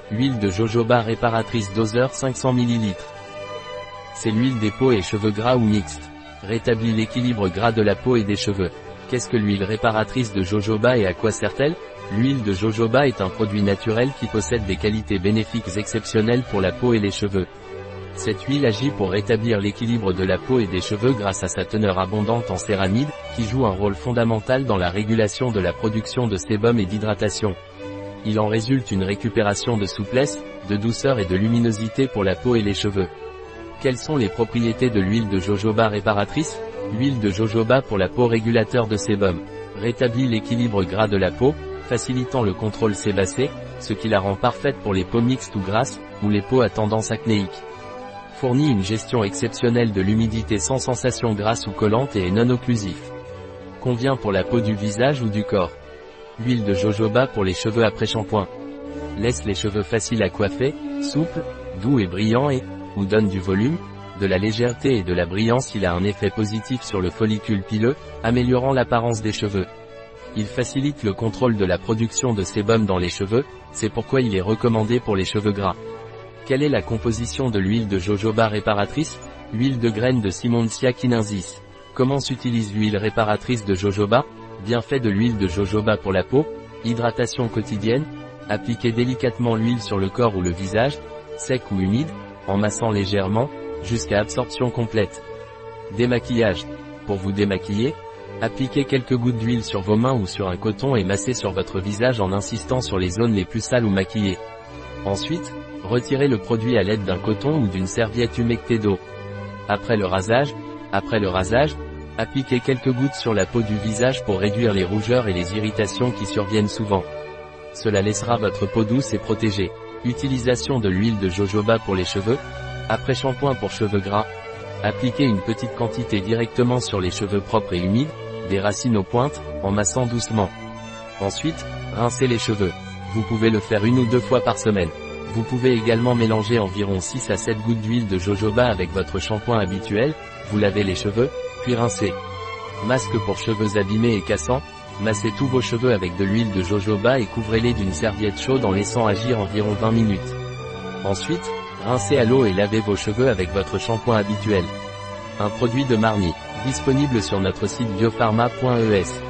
Huile de jojoba réparatrice doseur 500 ml. C'est l'huile des peaux et cheveux gras ou mixte. Rétablit l'équilibre gras de la peau et des cheveux. Qu'est-ce que l'huile réparatrice de jojoba et à quoi sert-elle? L'huile de jojoba est un produit naturel qui possède des qualités bénéfiques exceptionnelles pour la peau et les cheveux. Cette huile agit pour rétablir l'équilibre de la peau et des cheveux grâce à sa teneur abondante en céramide, qui joue un rôle fondamental dans la régulation de la production de sébum et d'hydratation. Il en résulte une récupération de souplesse, de douceur et de luminosité pour la peau et les cheveux. Quelles sont les propriétés de l'huile de jojoba réparatrice? L'huile de jojoba pour la peau régulateur de sébum. Rétablit l'équilibre gras de la peau, facilitant le contrôle sébacé, ce qui la rend parfaite pour les peaux mixtes ou grasses, ou les peaux à tendance acnéique. Fournit une gestion exceptionnelle de l'humidité sans sensation grasse ou collante et est non occlusif. Convient pour la peau du visage ou du corps. L'huile de jojoba pour les cheveux après shampoing. Laisse les cheveux faciles à coiffer, souples, doux et brillants ou donne du volume, de la légèreté et de la brillance. Il a un effet positif sur le follicule pileux, améliorant l'apparence des cheveux. Il facilite le contrôle de la production de sébum dans les cheveux, c'est pourquoi il est recommandé pour les cheveux gras. Quelle est la composition de l'huile de jojoba réparatrice? Huile de graines de Simontia chinensis. Comment s'utilise l'huile réparatrice de jojoba? Bienfait de l'huile de jojoba pour la peau, hydratation quotidienne, appliquez délicatement l'huile sur le corps ou le visage, sec ou humide, en massant légèrement, jusqu'à absorption complète. Démaquillage. Pour vous démaquiller, appliquez quelques gouttes d'huile sur vos mains ou sur un coton et massez sur votre visage en insistant sur les zones les plus sales ou maquillées. Ensuite, retirez le produit à l'aide d'un coton ou d'une serviette humectée d'eau. Après le rasage, appliquez quelques gouttes sur la peau du visage pour réduire les rougeurs et les irritations qui surviennent souvent. Cela laissera votre peau douce et protégée. Utilisation de l'huile de jojoba pour les cheveux. Après shampoing pour cheveux gras. Appliquez une petite quantité directement sur les cheveux propres et humides, des racines aux pointes, en massant doucement. Ensuite, rincez les cheveux. Vous pouvez le faire 1 ou 2 fois par semaine. Vous pouvez également mélanger environ 6 à 7 gouttes d'huile de jojoba avec votre shampoing habituel, vous lavez les cheveux, puis rincez. Masque pour cheveux abîmés et cassants. Massez tous vos cheveux avec de l'huile de jojoba et couvrez-les d'une serviette chaude en laissant agir environ 20 minutes. Ensuite, rincez à l'eau et lavez vos cheveux avec votre shampoing habituel. Un produit de Marni, disponible sur notre site biopharma.es.